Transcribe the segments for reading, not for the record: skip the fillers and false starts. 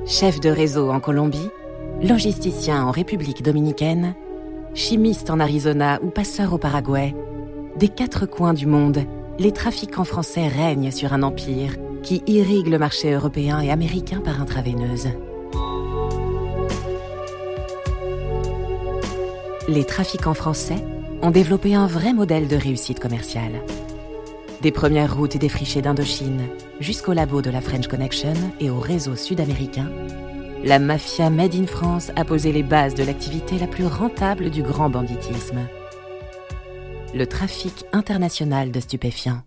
Chef de réseau en Colombie, logisticien en République dominicaine, chimiste en Arizona ou passeur au Paraguay, des quatre coins du monde, les trafiquants français règnent sur un empire qui irrigue le marché européen et américain par intraveineuse. Les trafiquants français ont développé un vrai modèle de réussite commerciale. Des premières routes défrichées d'Indochine jusqu'au labo de la French Connection et au réseau sud-américain, la mafia Made in France a posé les bases de l'activité la plus rentable du grand banditisme. Le trafic international de stupéfiants.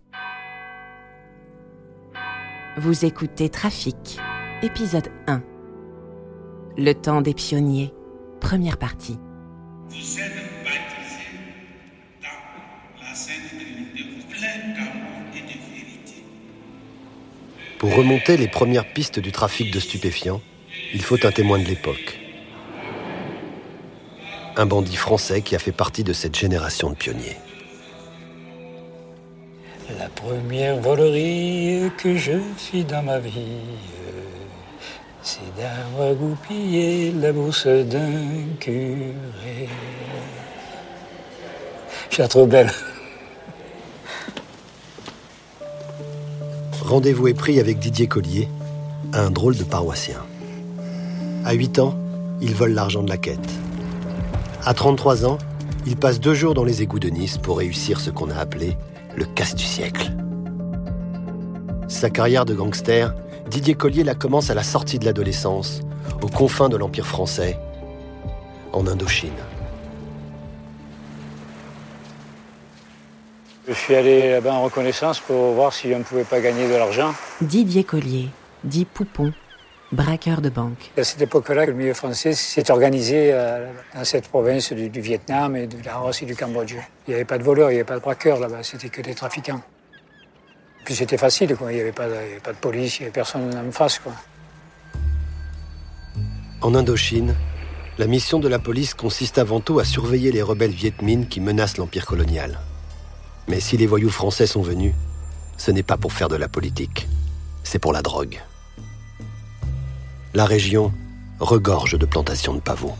Vous écoutez Trafic, épisode 1. Le temps des pionniers, première partie. Vous êtes baptisés dans la Sainte Trinité, plein d'amour et de vérité. Pour remonter les premières pistes du trafic de stupéfiants, il faut un témoin de l'époque. Un bandit français qui a fait partie de cette génération de pionniers. La première volerie que je fis dans ma vie, c'est d'avoir goupillé la bourse d'un curé. Je la trouve belle. Rendez-vous est pris avec Didier Collier, un drôle de paroissien. À 8 ans, il vole l'argent de la quête. À 33 ans, il passe 2 jours dans les égouts de Nice pour réussir ce qu'on a appelé le casse du siècle. Sa carrière de gangster, Didier Collier la commence à la sortie de l'adolescence, aux confins de l'Empire français, en Indochine. Je suis allé là-bas en reconnaissance pour voir si on ne pouvait pas gagner de l'argent. Didier Collier, dit Poupon, braqueur de banque. À cette époque-là, le milieu français s'est organisé dans cette province du Vietnam et de Laos et du Cambodge. Il n'y avait pas de voleurs, il n'y avait pas de braqueurs là-bas, c'était que des trafiquants. Puis c'était facile, quoi. Il n'y avait pas de police, il n'y avait personne en face, quoi. En Indochine, la mission de la police consiste avant tout à surveiller les rebelles Viet Minh qui menacent l'empire colonial. Mais si les voyous français sont venus, ce n'est pas pour faire de la politique, c'est pour la drogue. La région regorge de plantations de pavots.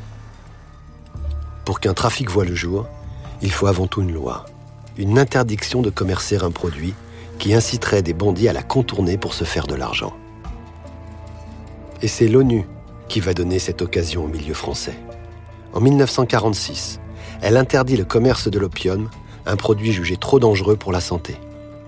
Pour qu'un trafic voie le jour, il faut avant tout une loi, une interdiction de commercer un produit qui inciterait des bandits à la contourner pour se faire de l'argent. Et c'est l'ONU qui va donner cette occasion au milieu français. En 1946, elle interdit le commerce de l'opium, un produit jugé trop dangereux pour la santé.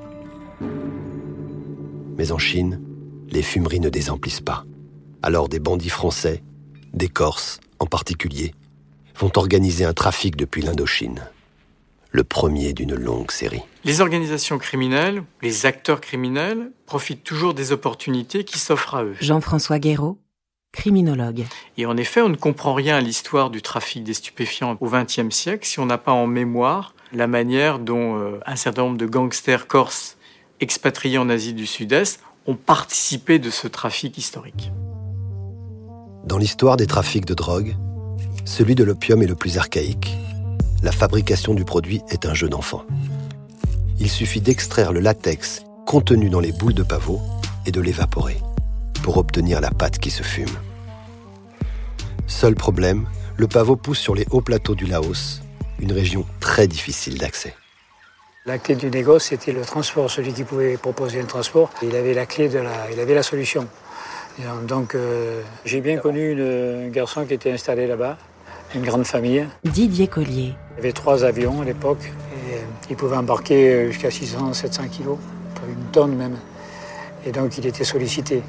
Mais en Chine, les fumeries ne désemplissent pas. Alors des bandits français, des Corses en particulier, vont organiser un trafic depuis l'Indochine. Le premier d'une longue série. Les organisations criminelles, les acteurs criminels, profitent toujours des opportunités qui s'offrent à eux. Jean-François Guéraud, criminologue. Et en effet, on ne comprend rien à l'histoire du trafic des stupéfiants au XXe siècle si on n'a pas en mémoire la manière dont un certain nombre de gangsters corses expatriés en Asie du Sud-Est ont participé de ce trafic historique. Dans l'histoire des trafics de drogue, celui de l'opium est le plus archaïque. La fabrication du produit est un jeu d'enfant. Il suffit d'extraire le latex contenu dans les boules de pavot et de l'évaporer pour obtenir la pâte qui se fume. Seul problème, le pavot pousse sur les hauts plateaux du Laos, une région très difficile d'accès. La clé du négoce, c'était le transport. Celui qui pouvait proposer un transport, il avait la clé il avait la solution. Et donc, j'ai bien connu un garçon qui était installé là-bas, une grande famille. Didier Collier. Il y avait 3 avions à l'époque et il pouvait embarquer jusqu'à 600-700 kilos, une tonne même. Et donc, il était sollicité.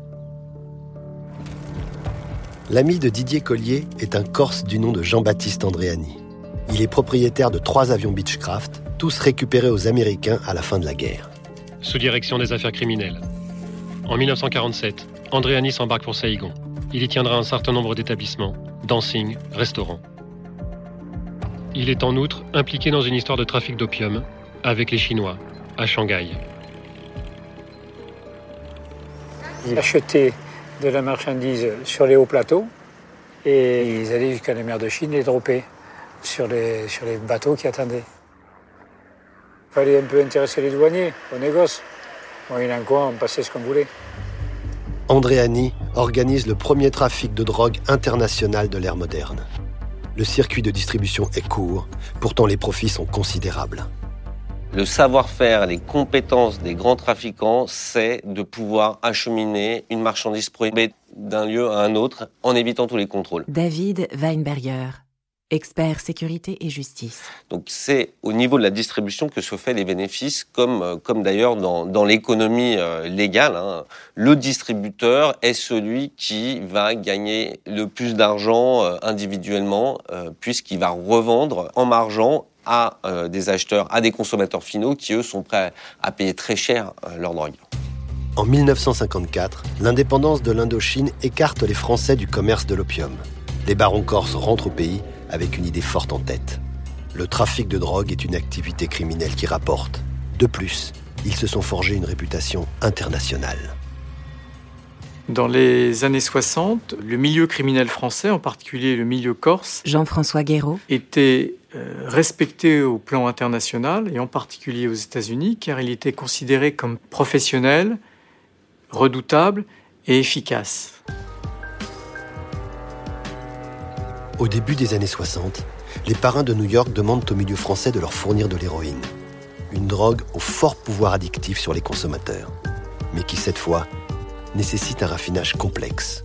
L'ami de Didier Collier est un Corse du nom de Jean-Baptiste Andréani. Il est propriétaire de 3 avions Beechcraft, tous récupérés aux Américains à la fin de la guerre. Sous-direction des affaires criminelles. En 1947, Andréani s'embarque pour Saïgon. Il y tiendra un certain nombre d'établissements, dancing, restaurants. Il est en outre impliqué dans une histoire de trafic d'opium avec les Chinois, à Shanghai. Il achetait de la marchandise sur les hauts plateaux et ils allaient jusqu'à la mer de Chine les dropper sur les bateaux qui attendaient. Il fallait un peu intéresser les douaniers au négoce. Moyennant quoi, on passait ce qu'on voulait. Andréani organise le premier trafic de drogue international de l'ère moderne. Le circuit de distribution est court, pourtant les profits sont considérables. Le savoir-faire, les compétences des grands trafiquants, c'est de pouvoir acheminer une marchandise prohibée d'un lieu à un autre en évitant tous les contrôles. David Weinberger, expert sécurité et justice. Donc c'est au niveau de la distribution que se fait les bénéfices, comme d'ailleurs dans l'économie légale. Le distributeur est celui qui va gagner le plus d'argent individuellement, puisqu'il va revendre en margeant à des acheteurs, à des consommateurs finaux qui, eux, sont prêts à payer très cher leur drogue. En 1954, l'indépendance de l'Indochine écarte les Français du commerce de l'opium. Les barons corses rentrent au pays avec une idée forte en tête. Le trafic de drogue est une activité criminelle qui rapporte. De plus, ils se sont forgés une réputation internationale. Dans les années 60, le milieu criminel français, en particulier le milieu corse, Jean-François Guéraud, était respecté au plan international, et en particulier aux États-Unis, car il était considéré comme professionnel, redoutable et efficace. Au début des années 60, les parrains de New York demandent au milieu français de leur fournir de l'héroïne. Une drogue au fort pouvoir addictif sur les consommateurs, mais qui, cette fois, nécessite un raffinage complexe.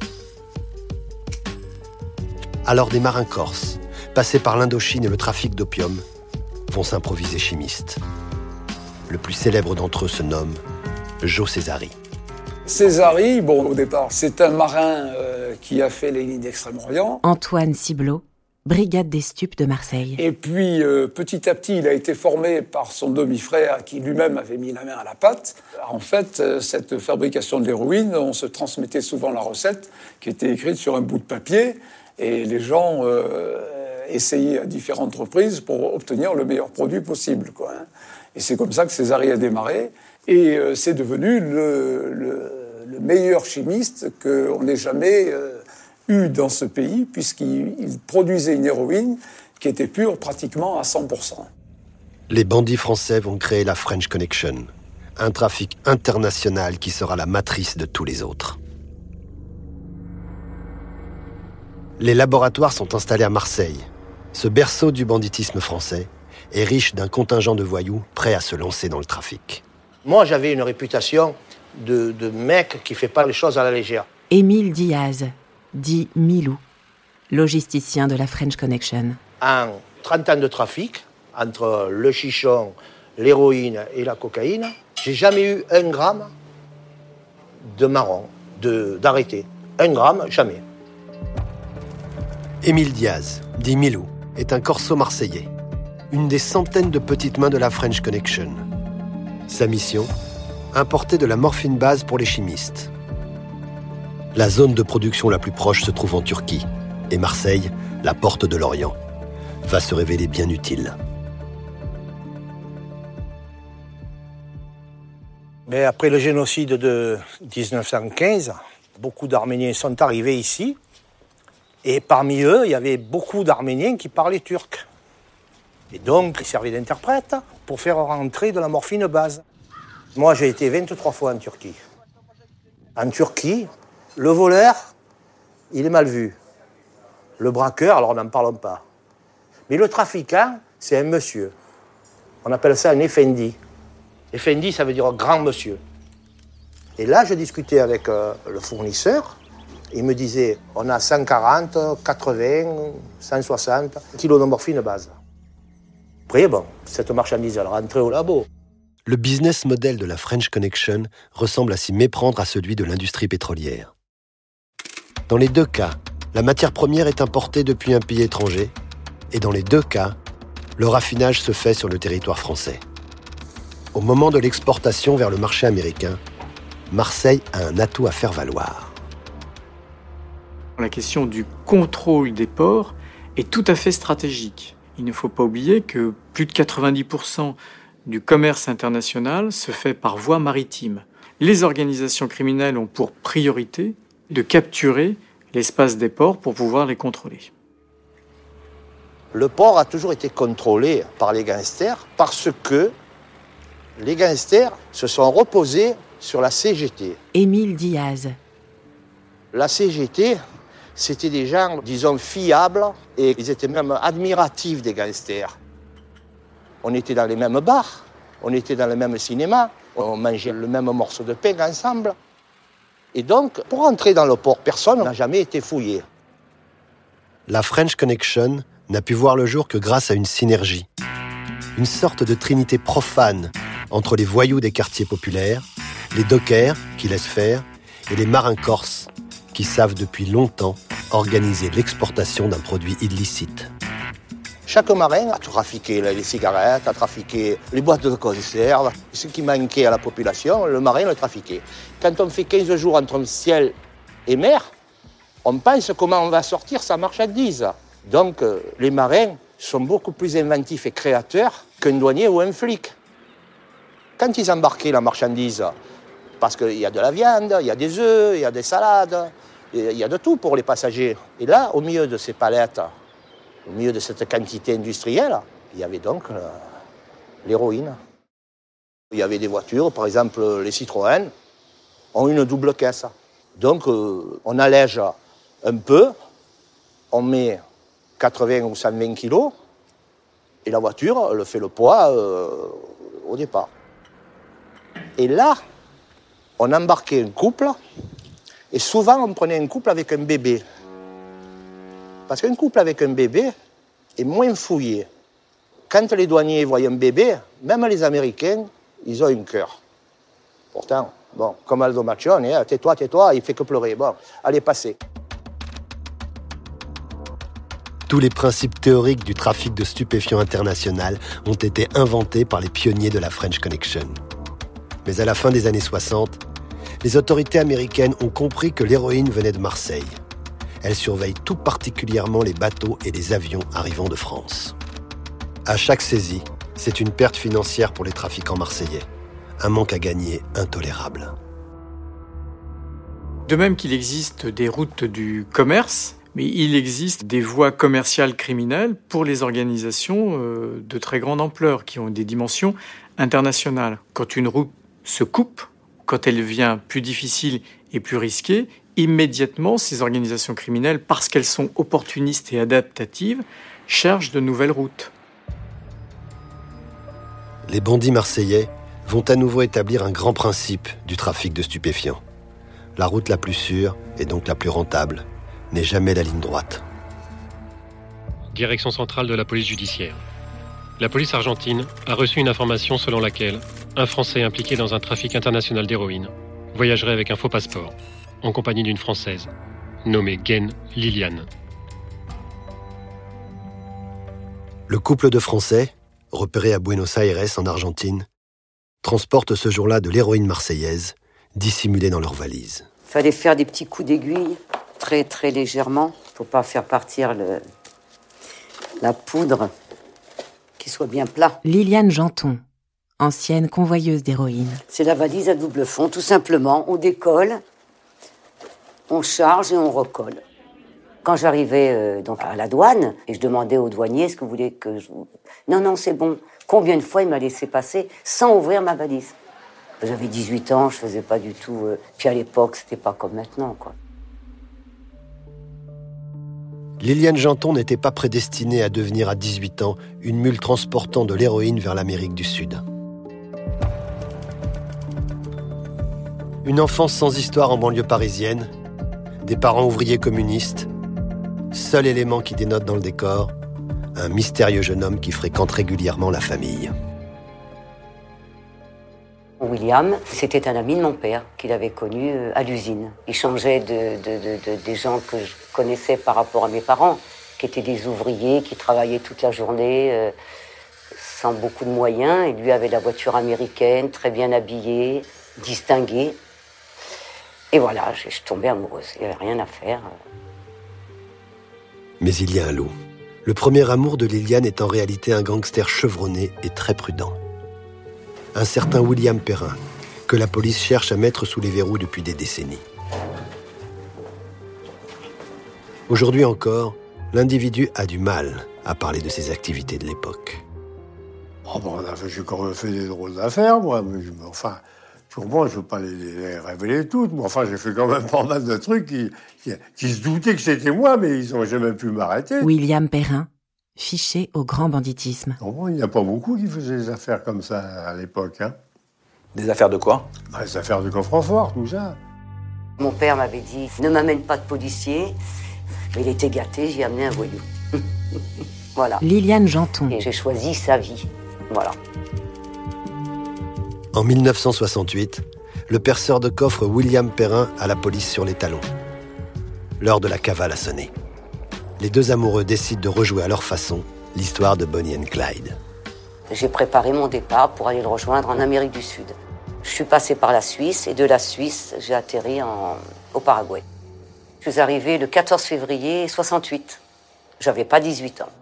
Alors des marins corses, passés par l'Indochine et le trafic d'opium, vont s'improviser chimistes. Le plus célèbre d'entre eux se nomme Joe Césari. Césari, au départ, c'est un marin qui a fait les lignes d'Extrême-Orient. Antoine Ciblot, brigade des stupes de Marseille. Et puis, petit à petit, il a été formé par son demi-frère qui lui-même avait mis la main à la pâte. En fait, cette fabrication de l'héroïne, on se transmettait souvent la recette qui était écrite sur un bout de papier et les gens essayaient à différentes reprises pour obtenir le meilleur produit possible, quoi. Et c'est comme ça que Césari a démarré et c'est devenu le meilleur chimiste qu'on ait jamais eu dans ce pays, puisqu'il produisait une héroïne qui était pure pratiquement à 100%. Les bandits français vont créer la French Connection, un trafic international qui sera la matrice de tous les autres. Les laboratoires sont installés à Marseille. Ce berceau du banditisme français est riche d'un contingent de voyous prêts à se lancer dans le trafic. Moi, j'avais une réputation de mec qui ne fait pas les choses à la légère. Émile Diaz, dit Milou, logisticien de la French Connection. En 30 ans de trafic, entre le chichon, l'héroïne et la cocaïne, j'ai jamais eu 1 gramme de marron, d'arrêté. 1 gramme, jamais. Émile Diaz, dit Milou, est un corso marseillais, une des centaines de petites mains de la French Connection. Sa mission, importer de la morphine base pour les chimistes. La zone de production la plus proche se trouve en Turquie, et Marseille, la porte de l'Orient, va se révéler bien utile. Mais après le génocide de 1915, beaucoup d'Arméniens sont arrivés ici, et parmi eux, il y avait beaucoup d'Arméniens qui parlaient turc. Et donc, ils servaient d'interprètes pour faire rentrer de la morphine base. Moi, j'ai été 23 fois en Turquie. En Turquie, le voleur, il est mal vu. Le braqueur, alors n'en parlons pas. Mais le trafiquant, c'est un monsieur. On appelle ça un effendi. Effendi, ça veut dire grand monsieur. Et là, je discutais avec le fournisseur. Il me disait, on a 140, 80, 160 kilos de morphine base. Après, cette marchandise, elle rentrait au labo. Le business model de la French Connection ressemble à s'y méprendre à celui de l'industrie pétrolière. Dans les 2 cas, la matière première est importée depuis un pays étranger, et dans les 2 cas, le raffinage se fait sur le territoire français. Au moment de l'exportation vers le marché américain, Marseille a un atout à faire valoir. La question du contrôle des ports est tout à fait stratégique. Il ne faut pas oublier que plus de 90% du commerce international se fait par voie maritime. Les organisations criminelles ont pour priorité de capturer l'espace des ports pour pouvoir les contrôler. Le port a toujours été contrôlé par les gangsters parce que les gangsters se sont reposés sur la CGT. Émile Diaz, La CGT, c'était des gens, disons, fiables, et ils étaient même admiratifs des gangsters. On était dans les mêmes bars, on était dans le même cinéma, on mangeait le même morceau de pain ensemble. Et donc, pour entrer dans le port, personne n'a jamais été fouillé. La French Connection n'a pu voir le jour que grâce à une synergie. Une sorte de trinité profane entre les voyous des quartiers populaires, les dockers qui laissent faire et les marins corses qui savent depuis longtemps organiser l'exportation d'un produit illicite. Chaque marin a trafiqué les cigarettes, a trafiqué les boîtes de conserve. Ce qui manquait à la population, le marin le trafiquait. Quand on fait 15 jours entre ciel et mer, on pense comment on va sortir sa marchandise. Donc les marins sont beaucoup plus inventifs et créateurs qu'un douanier ou un flic. Quand ils embarquaient la marchandise, parce qu'il y a de la viande, il y a des œufs, il y a des salades, il y a de tout pour les passagers. Et là, au milieu de ces palettes, au milieu de cette quantité industrielle, il y avait donc l'héroïne. Il y avait des voitures, par exemple les Citroën, ont une double caisse. Donc on allège un peu, on met 80 ou 120 kilos, et la voiture, elle fait le poids au départ. Et là, on embarquait un couple, et souvent on prenait un couple avec un bébé. Parce qu'un couple avec un bébé est moins fouillé. Quand les douaniers voient un bébé, même les Américains, ils ont un cœur. Pourtant, bon, comme Aldo Maccione, tais-toi, il fait que pleurer. Bon, allez, passez. Tous les principes théoriques du trafic de stupéfiants international ont été inventés par les pionniers de la French Connection. Mais à la fin des années 60, les autorités américaines ont compris que l'héroïne venait de Marseille. Elles surveillent tout particulièrement les bateaux et les avions arrivant de France. À chaque saisie, c'est une perte financière pour les trafiquants marseillais. Un manque à gagner intolérable. De même qu'il existe des routes du commerce, mais il existe des voies commerciales criminelles pour les organisations de très grande ampleur, qui ont des dimensions internationales. Quand une route se coupe, quand elle devient plus difficile et plus risquée, immédiatement, ces organisations criminelles, parce qu'elles sont opportunistes et adaptatives, cherchent de nouvelles routes. Les bandits marseillais vont à nouveau établir un grand principe du trafic de stupéfiants. La route la plus sûre, et donc la plus rentable, n'est jamais la ligne droite. Direction centrale de la police judiciaire. La police argentine a reçu une information selon laquelle un Français impliqué dans un trafic international d'héroïne voyagerait avec un faux passeport, en compagnie d'une Française, nommée Guen Liliane. Le couple de Français, repéré à Buenos Aires, en Argentine, transporte ce jour-là de l'héroïne marseillaise, dissimulée dans leur valise. Il fallait faire des petits coups d'aiguille, très très légèrement, pour ne pas faire partir la poudre, qu'il soit bien plat. Liliane Janton, ancienne convoyeuse d'héroïne. C'est la valise à double fond, tout simplement. On décolle, on charge et on recolle. Quand j'arrivais donc à la douane, et je demandais au douanier, est-ce que vous voulez que je... Non, c'est bon. Combien de fois il m'a laissé passer sans ouvrir ma valise? J'avais 18 ans, je faisais pas du tout... Puis à l'époque, c'était pas comme maintenant, quoi. Liliane Janton n'était pas prédestinée à devenir à 18 ans une mule transportant de l'héroïne vers l'Amérique du Sud. Une enfance sans histoire en banlieue parisienne, des parents ouvriers communistes, seul élément qui dénote dans le décor, un mystérieux jeune homme qui fréquente régulièrement la famille. William, c'était un ami de mon père qu'il avait connu à l'usine. Il changeait des gens que je connaissais par rapport à mes parents, qui étaient des ouvriers, qui travaillaient toute la journée sans beaucoup de moyens. Et lui avait la voiture américaine, très bien habillée, distinguée. Et voilà, je tombais amoureuse. Il n'y avait rien à faire. Mais il y a un loup. Le premier amour de Liliane est en réalité un gangster chevronné et très prudent. Un certain William Perrin, que la police cherche à mettre sous les verrous depuis des décennies. Aujourd'hui encore, l'individu a du mal à parler de ses activités de l'époque. J'ai quand même fait des drôles d'affaires, moi. Mais, enfin, Sûrement, je ne veux pas les révéler toutes, mais enfin, j'ai fait quand même pas mal de trucs qui se doutaient que c'était moi, mais ils n'ont jamais pu m'arrêter. William Perrin, fiché au grand banditisme. Bon, il n'y a pas beaucoup qui faisaient des affaires comme ça à l'époque. Hein. Des affaires de quoi? Les affaires de coffre-fort, tout ça. Mon père m'avait dit « Ne m'amène pas de policier ». Mais il était gâté, j'ai amené un voyou. Voilà. Liliane Janton. Et j'ai choisi sa vie. Voilà. En 1968, le perceur de coffre William Perrin a la police sur les talons. L'heure de la cavale a sonné. Les deux amoureux décident de rejouer à leur façon l'histoire de Bonnie and Clyde. J'ai préparé mon départ pour aller le rejoindre en Amérique du Sud. Je suis passé par la Suisse et de la Suisse, j'ai atterri au Paraguay. Je suis arrivé le 14 février 68. J'avais pas 18 ans.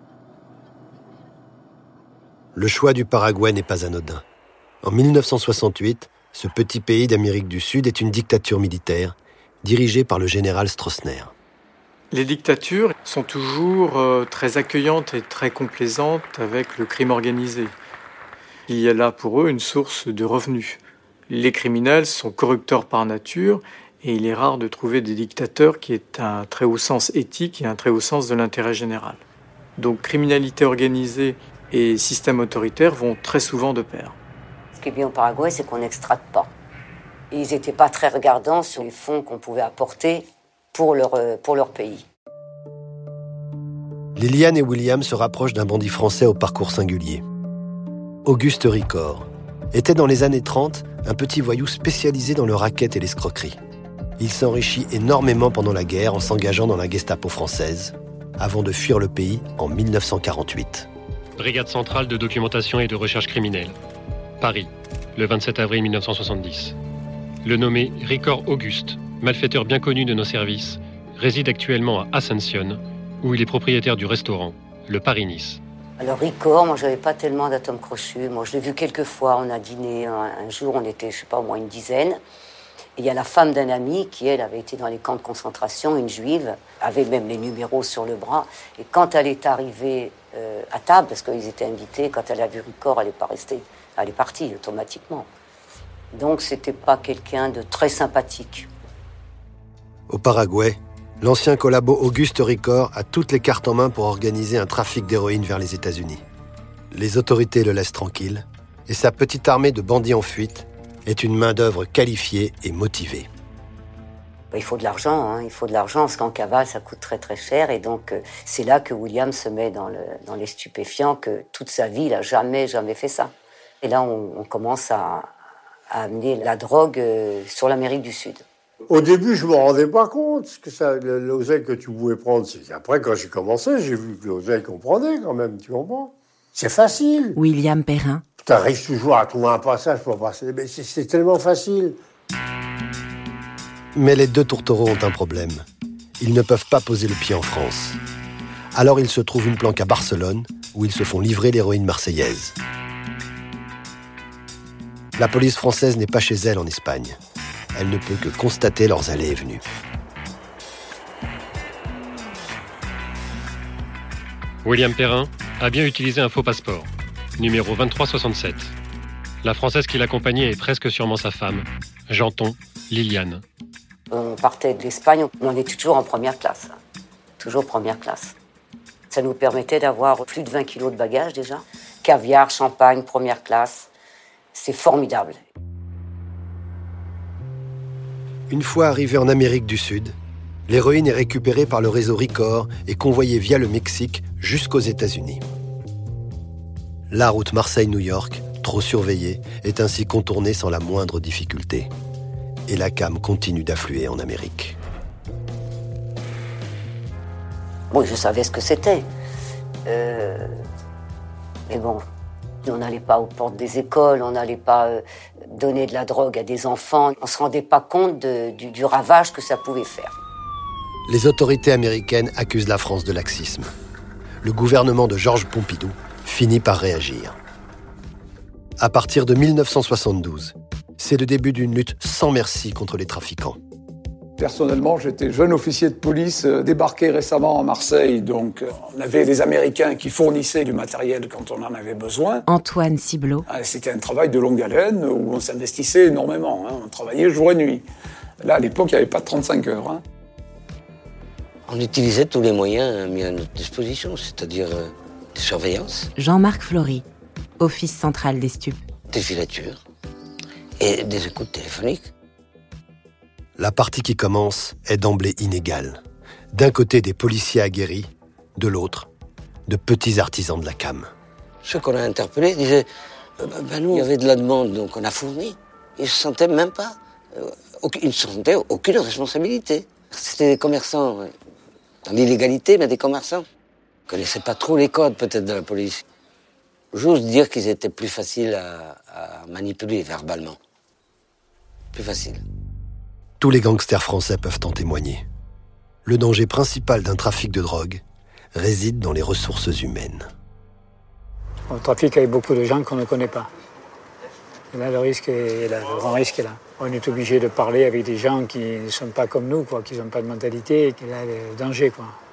Le choix du Paraguay n'est pas anodin. En 1968, ce petit pays d'Amérique du Sud est une dictature militaire dirigée par le général Stroessner. Les dictatures sont toujours très accueillantes et très complaisantes avec le crime organisé. Il y a là pour eux une source de revenus. Les criminels sont corrupteurs par nature et il est rare de trouver des dictateurs qui aient un très haut sens éthique et un très haut sens de l'intérêt général. Donc criminalité organisée et système autoritaire vont très souvent de pair. Ce qui est bien au Paraguay, c'est qu'on n'extrate pas. Et ils n'étaient pas très regardants sur les fonds qu'on pouvait apporter pour leur pays. Liliane et William se rapprochent d'un bandit français au parcours singulier. Auguste Ricor était dans les années 30 un petit voyou spécialisé dans le racket et l'escroquerie. Il s'enrichit énormément pendant la guerre en s'engageant dans la Gestapo française, avant de fuir le pays en 1948. Brigade centrale de documentation et de recherche criminelle. Paris, le 27 avril 1970. Le nommé Ricor Auguste, malfaiteur bien connu de nos services, réside actuellement à Asunción, où il est propriétaire du restaurant, le Paris-Nice. Alors Ricor, moi j'avais pas tellement d'atomes crochus. Moi je l'ai vu quelques fois, on a dîné un jour, on était, je sais pas, au moins une dizaine. Et il y a la femme d'un ami qui, elle, avait été dans les camps de concentration, une juive, avait même les numéros sur le bras. Et quand elle est arrivée à table, parce qu'ils étaient invités, quand elle a vu Ricor, elle n'est pas restée. Elle est partie automatiquement. Donc c'était pas quelqu'un de très sympathique. Au Paraguay, l'ancien collabo Auguste Ricor a toutes les cartes en main pour organiser un trafic d'héroïne vers les États-Unis. Les autorités le laissent tranquille, et sa petite armée de bandits en fuite est une main-d'œuvre qualifiée et motivée. Il faut de l'argent, il faut de l'argent, parce qu'en cavale, ça coûte très très cher. Et donc, c'est là que William se met dans les stupéfiants, que toute sa vie, il n'a jamais fait ça. Et là, on commence à amener la drogue sur l'Amérique du Sud. Au début, je ne me rendais pas compte que l'oseille que tu pouvais prendre. Après, quand j'ai commencé, j'ai vu que l'oseille qu'on prenait quand même, tu comprends? C'est facile. William Perrin. Tu arrives toujours à trouver un passage pour passer, mais c'est tellement facile. Mais les deux tourtereaux ont un problème. Ils ne peuvent pas poser le pied en France. Alors ils se trouvent une planque à Barcelone, où ils se font livrer l'héroïne marseillaise. La police française n'est pas chez elle en Espagne. Elle ne peut que constater leurs allées et venues. William Perrin a bien utilisé un faux passeport, numéro 2367. La Française qui l'accompagnait est presque sûrement sa femme, Janton, Liliane. On partait de l'Espagne, on était toujours en première classe. Toujours première classe. Ça nous permettait d'avoir plus de 20 kilos de bagages déjà. Caviar, champagne, première classe. C'est formidable. Une fois arrivée en Amérique du Sud, l'héroïne est récupérée par le réseau Ricor et convoyée via le Mexique jusqu'aux États-Unis. La route Marseille-New York, trop surveillée, est ainsi contournée sans la moindre difficulté. Et la cam continue d'affluer en Amérique. Bon, je savais ce que c'était. Mais bon, on n'allait pas aux portes des écoles, on n'allait pas donner de la drogue à des enfants. On ne se rendait pas compte du ravage que ça pouvait faire. Les autorités américaines accusent la France de laxisme. Le gouvernement de Georges Pompidou finit par réagir. À partir de 1972, c'est le début d'une lutte sans merci contre les trafiquants. Personnellement, j'étais jeune officier de police débarqué récemment à Marseille, donc on avait les Américains qui fournissaient du matériel quand on en avait besoin. Antoine Ciblot. C'était un travail de longue haleine où on s'investissait énormément, on travaillait jour et nuit. Là, à l'époque, il n'y avait pas de 35 heures. On utilisait tous les moyens mis à notre disposition, c'est-à-dire des surveillances. Jean-Marc Flory, Office central des stupes. Des filatures et des écoutes téléphoniques. La partie qui commence est d'emblée inégale. D'un côté, des policiers aguerris, de l'autre, de petits artisans de la cam. Ceux qu'on a interpellés disaient nous, il y avait de la demande, donc on a fourni. Ils ne se sentaient même pas, ils ne sentaient aucune responsabilité. C'était des commerçants, dans l'illégalité, mais des commerçants. Ils ne connaissaient pas trop les codes, peut-être, de la police. J'ose dire qu'ils étaient plus faciles à manipuler verbalement. Plus faciles. Tous les gangsters français peuvent en témoigner. Le danger principal d'un trafic de drogue réside dans les ressources humaines. On trafique avec beaucoup de gens qu'on ne connaît pas. Et là, le risque est là, le grand risque est là. On est obligé de parler avec des gens qui ne sont pas comme nous, qui n'ont pas de mentalité, et là, le danger,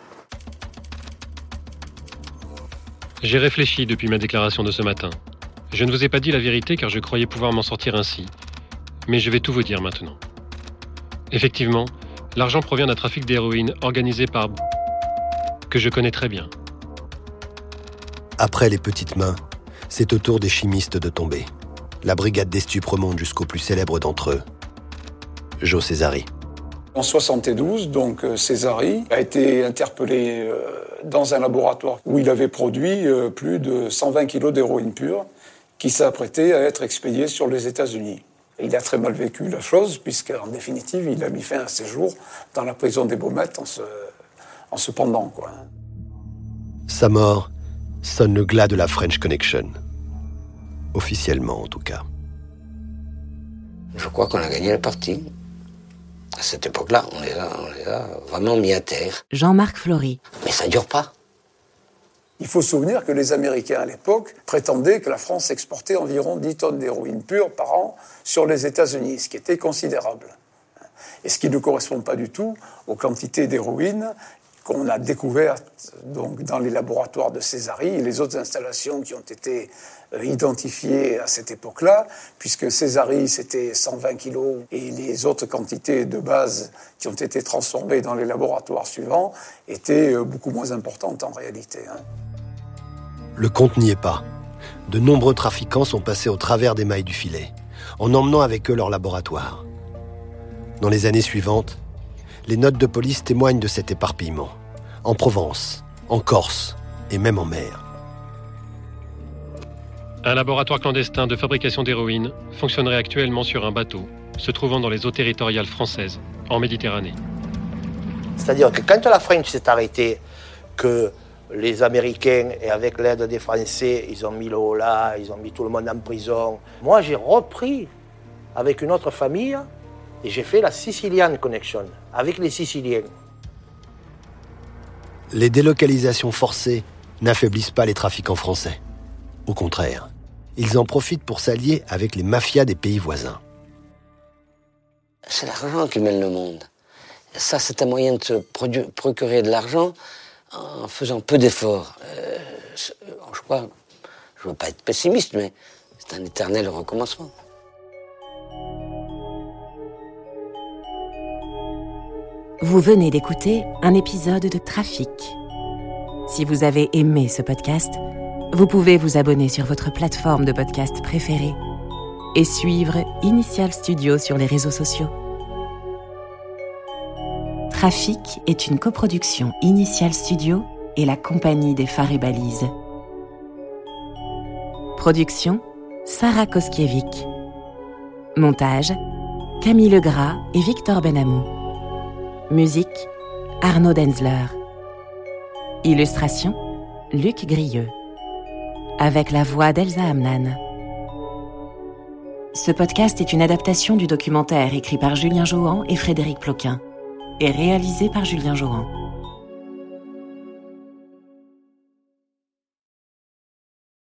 J'ai réfléchi depuis ma déclaration de ce matin. Je ne vous ai pas dit la vérité car je croyais pouvoir m'en sortir ainsi. Mais je vais tout vous dire maintenant. Effectivement, l'argent provient d'un trafic d'héroïne organisé par que je connais très bien. Après les petites mains, c'est au tour des chimistes de tomber. La brigade des stupes remonte jusqu'au plus célèbre d'entre eux, Joe Césari. En 72, donc Césari a été interpellé dans un laboratoire où il avait produit plus de 120 kilos d'héroïne pure qui s'apprêtait à être expédiée sur les États-Unis. Il a très mal vécu la chose, puisqu'en définitive, il a mis fin à ses jours dans la prison des Baumettes en se pendant. Sa mort sonne le glas de la French Connection. Officiellement, en tout cas. Je crois qu'on a gagné la partie. À cette époque-là, on les a vraiment mis à terre. Jean-Marc Flory. Mais ça ne dure pas. Il faut se souvenir que les Américains, à l'époque, prétendaient que la France exportait environ 10 tonnes d'héroïne pure par an sur les États-Unis, ce qui était considérable. Et ce qui ne correspond pas du tout aux quantités d'héroïne qu'on a découvertes donc, dans les laboratoires de Césari et les autres installations qui ont été identifiées à cette époque-là, puisque Césari, c'était 120 kilos, et les autres quantités de base qui ont été transformées dans les laboratoires suivants étaient beaucoup moins importantes en réalité. Le compte n'y est pas. De nombreux trafiquants sont passés au travers des mailles du filet, en emmenant avec eux leur laboratoire. Dans les années suivantes, les notes de police témoignent de cet éparpillement, en Provence, en Corse et même en mer. Un laboratoire clandestin de fabrication d'héroïne fonctionnerait actuellement sur un bateau se trouvant dans les eaux territoriales françaises, en Méditerranée. C'est-à-dire que quand la French s'est arrêtée, que les Américains, et avec l'aide des Français, ils ont mis le Holà, ils ont mis tout le monde en prison. Moi, j'ai repris avec une autre famille et j'ai fait la Sicilian Connection, avec les Siciliens. Les délocalisations forcées n'affaiblissent pas les trafiquants français. Au contraire, ils en profitent pour s'allier avec les mafias des pays voisins. C'est l'argent qui mène le monde. Ça, c'est un moyen de se procurer de l'argent en faisant peu d'efforts. Je ne veux pas être pessimiste, mais c'est un éternel recommencement. Vous venez d'écouter un épisode de Trafic. Si vous avez aimé ce podcast, vous pouvez vous abonner sur votre plateforme de podcast préférée et suivre Initial Studio sur les réseaux sociaux. Trafic est une coproduction Initial Studio et la compagnie des Phares et Balises. Production, Sarah Koskiewicz. Montage, Camille Legras et Victor Benamou. Musique, Arnaud Denzler. Illustration, Luc Grieux. Avec la voix d'Elsa Hamnan. Ce podcast est une adaptation du documentaire écrit par Julien Johan et Frédéric Ploquin et réalisé par Julien Johan.